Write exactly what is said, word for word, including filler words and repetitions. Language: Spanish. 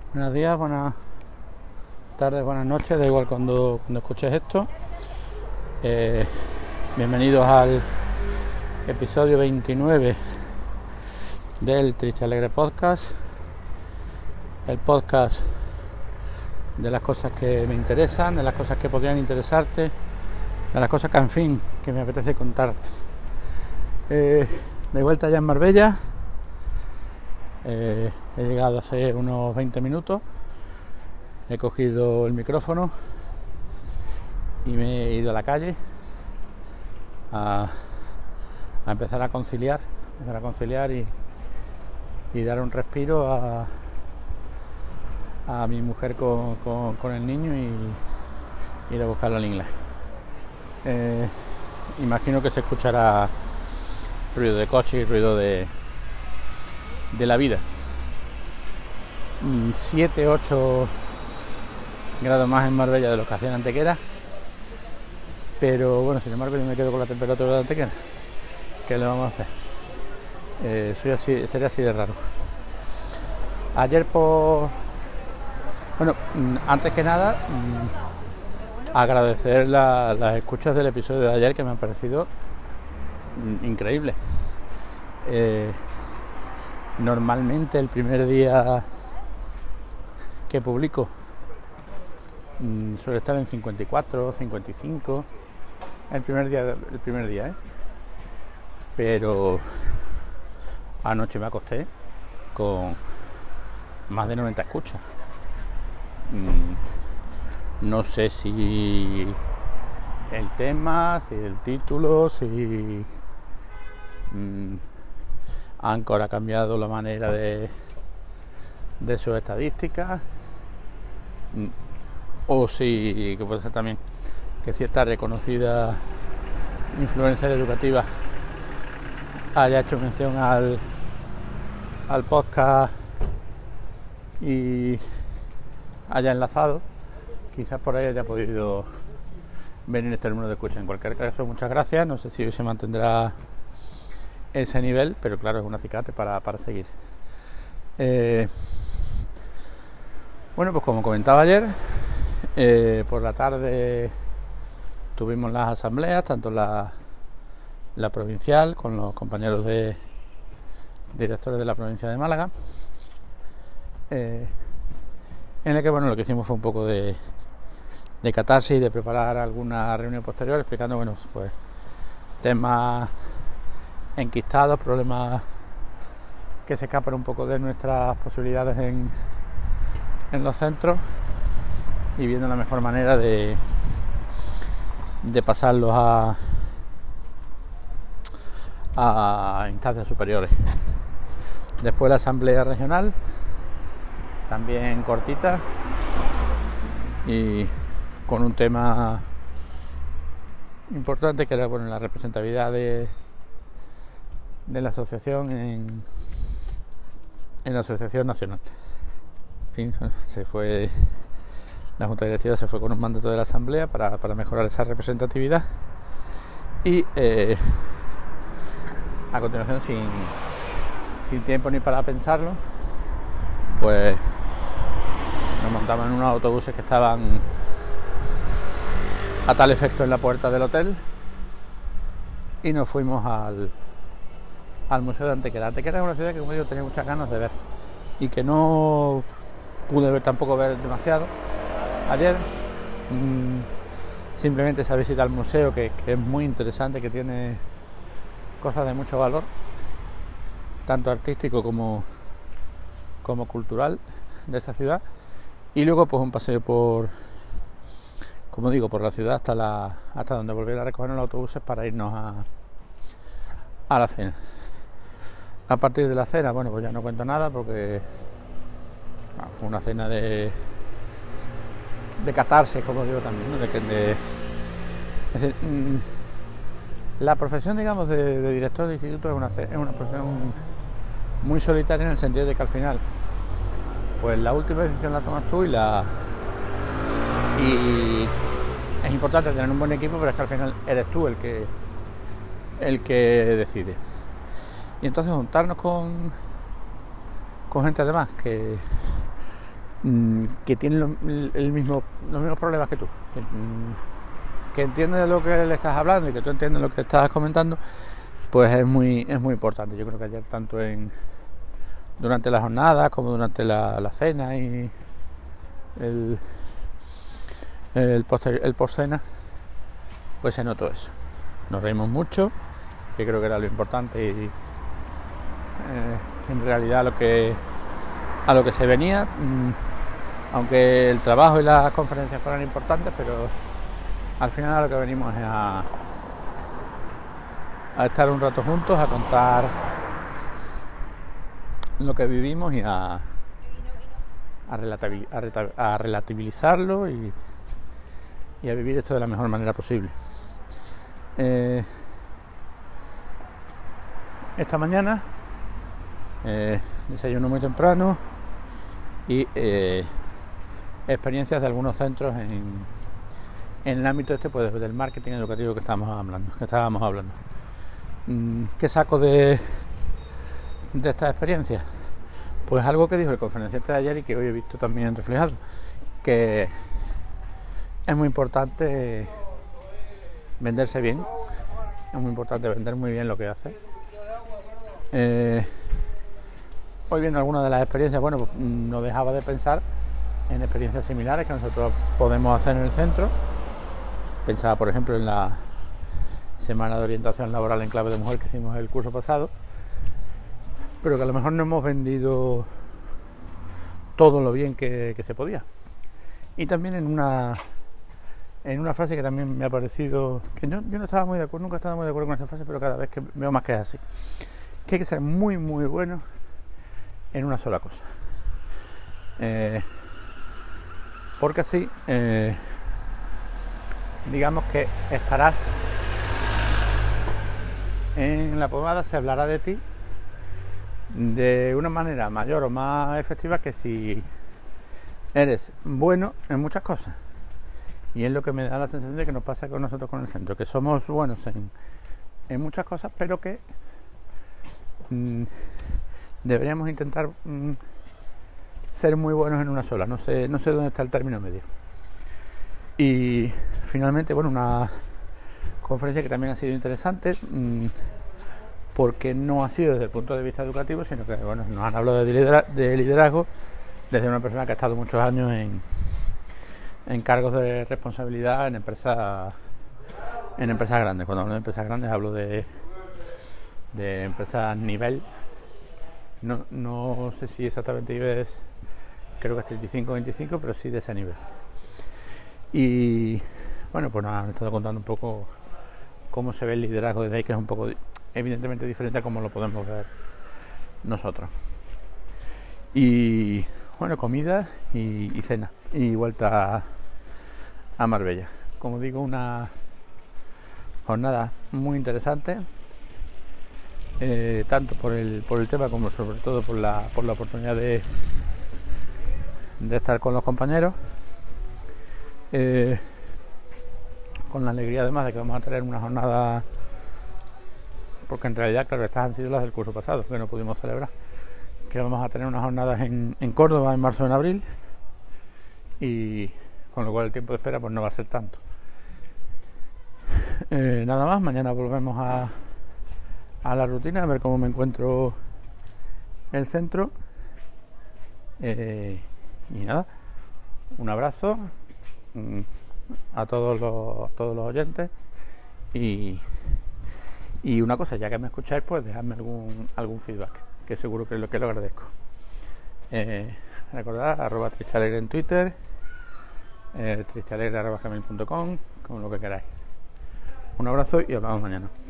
Buenos días, buenas tardes, buenas noches, da igual cuando, cuando escuches esto. Eh, bienvenidos al episodio veintinueve del Triste Alegre Podcast, el podcast de las cosas que me interesan, de las cosas que podrían interesarte, de las cosas que, en fin, que me apetece contarte. Eh, de vuelta ya en Marbella. Eh, he llegado hace unos veinte minutos, he cogido el micrófono y me he ido a la calle a, a empezar a conciliar, empezar a conciliar y, y dar un respiro a, a mi mujer con, con, con el niño y ir a buscarlo al inglés. Eh, imagino que se escuchará ruido de coche y ruido de de la vida. siete, ocho grados más en Marbella de lo que hacía en Antequera, pero bueno, sin embargo yo me quedo con la temperatura de Antequera. ¿Qué le vamos a hacer? Eh, soy así, sería así de raro. Ayer por... Bueno, antes que nada agradecer la, las escuchas del episodio de ayer, que me han parecido increíbles. Eh, Normalmente el primer día que publico mmm, suele estar en cincuenta y cuatro, cincuenta y cinco. El primer día, el primer día, ¿eh? Pero anoche me acosté con más de noventa escuchas. Mmm, no sé si el tema, si el título, si mmm, Anchor ha cambiado la manera de, de sus estadísticas, o si, que puede ser también que cierta reconocida influencer educativa haya hecho mención al, al podcast y haya enlazado, quizás por ahí haya podido venir este número de escucha. En cualquier caso, muchas gracias. No sé si hoy se mantendrá ese nivel, pero claro, es un acicate para, para seguir. Eh, bueno, pues como comentaba ayer, eh, por la tarde tuvimos las asambleas, tanto la, la provincial con los compañeros de directores de la provincia de Málaga, eh, en el que bueno, lo que hicimos fue un poco de, de catarsis y de preparar alguna reunión posterior explicando, bueno, pues temas enquistados, problemas que se escapan un poco de nuestras posibilidades en, en los centros, y viendo la mejor manera de, de pasarlos a, a instancias superiores. Después la asamblea regional, también cortita y con un tema importante que era, bueno, la representatividad de de la asociación en, en la asociación nacional. En fin, se fue, la junta directiva se fue con un mandato de la asamblea para, para mejorar esa representatividad, y eh, a continuación, sin, sin tiempo ni para pensarlo, pues nos montamos en unos autobuses que estaban a tal efecto en la puerta del hotel y nos fuimos al al Museo de Antequera. Antequera es una ciudad que, como digo, tenía muchas ganas de ver y que no pude ver, tampoco ver demasiado ayer. Mmm, simplemente esa visita al museo, que, que es muy interesante, que tiene cosas de mucho valor, tanto artístico como, como cultural, de esa ciudad. Y luego pues un paseo por, como digo, por la ciudad hasta la hasta donde volver a recoger los autobuses para irnos a, a la cena. A partir de la cena, bueno, pues ya no cuento nada porque bueno, fue una cena de de catarsis, como digo también, ¿no? de, de, es decir, mmm, la profesión, digamos, de, de director de instituto es una, es una profesión muy solitaria, en el sentido de que al final, pues la última decisión la tomas tú y la y es importante tener un buen equipo, pero es que al final eres tú el que el que decide. Y entonces juntarnos con, con gente además que, mmm, que tienen lo, el mismo, los mismos problemas que tú, que, mmm, que entiendes de lo que le estás hablando y que tú entiendes lo que estás comentando, pues es muy, es muy importante. Yo creo que ayer, tanto en durante la jornada como durante la, la cena y el, el, poster, el post cena, pues se notó eso. Nos reímos mucho, que creo que era lo importante, y eh, en realidad lo que a lo que se venía, mmm, aunque el trabajo y las conferencias fueran importantes, pero al final a lo que venimos es a, a estar un rato juntos, a contar lo que vivimos y a, a, relativiz, a, a relativizarlo y, y a vivir esto de la mejor manera posible. Eh, esta mañana eh, desayuno muy temprano y eh, experiencias de algunos centros en, en el ámbito este, pues, del marketing educativo que estábamos hablando, que estábamos hablando. ¿Qué saco de de estas experiencias? Pues algo que dijo el conferenciante de ayer y que hoy he visto también reflejado, que es muy importante venderse bien, es muy importante vender muy bien lo que hace. Eh, hoy viendo algunas de las experiencias, bueno, pues no dejaba de pensar en experiencias similares que nosotros podemos hacer en el centro. Pensaba, por ejemplo, en la semana de orientación laboral en clave de mujer que hicimos el curso pasado, pero que a lo mejor no hemos vendido todo lo bien que, que se podía. Y también en una en una frase que también me ha parecido, que yo, yo no estaba muy de acuerdo, nunca he estado muy de acuerdo con esta frase, pero cada vez que veo más que es así, que hay que ser muy muy bueno en una sola cosa, eh, porque así eh, digamos que estarás en la pomada, se hablará de ti de una manera mayor o más efectiva que si eres bueno en muchas cosas. Y es lo que me da la sensación de que nos pasa con nosotros con el centro, que somos buenos en, en muchas cosas, pero que mmm, deberíamos intentar mmm, ser muy buenos en una sola. No sé, no sé dónde está el término medio. Y finalmente, bueno, una conferencia que también ha sido interesante, mmm, porque no ha sido desde el punto de vista educativo, sino que, bueno, nos han hablado de liderazgo, de liderazgo desde una persona que ha estado muchos años en, en cargos de responsabilidad en empresas en empresas grandes. Cuando hablo de empresas grandes hablo de, de empresas nivel, no, no sé si exactamente es, creo que es treinta y cinco veinticinco, pero sí de ese nivel. Y bueno, pues nos han estado contando un poco cómo se ve el liderazgo desde ahí, que es un poco evidentemente diferente a cómo lo podemos ver nosotros. Y bueno, comida y, y cena y vuelta a, a Marbella. Como digo, una jornada muy interesante, eh, tanto por el por el tema como sobre todo por la por la oportunidad de de estar con los compañeros, eh, con la alegría además de que vamos a tener una jornada, porque en realidad, claro, estas han sido las del curso pasado que no pudimos celebrar, que vamos a tener unas jornadas en, en Córdoba en marzo y en abril, y con lo cual el tiempo de espera pues no va a ser tanto. Eh, nada más, mañana volvemos a, a la rutina, a ver cómo me encuentro el centro, eh, y nada, un abrazo a todos los, a todos los oyentes, y, y una cosa, ya que me escucháis, pues dejadme algún, algún feedback, que seguro que lo que lo agradezco. Eh, recordad, arroba tristalegre en Twitter, eh, tristalegre arroba gmail punto com, como lo que queráis. Un abrazo y hablamos mañana.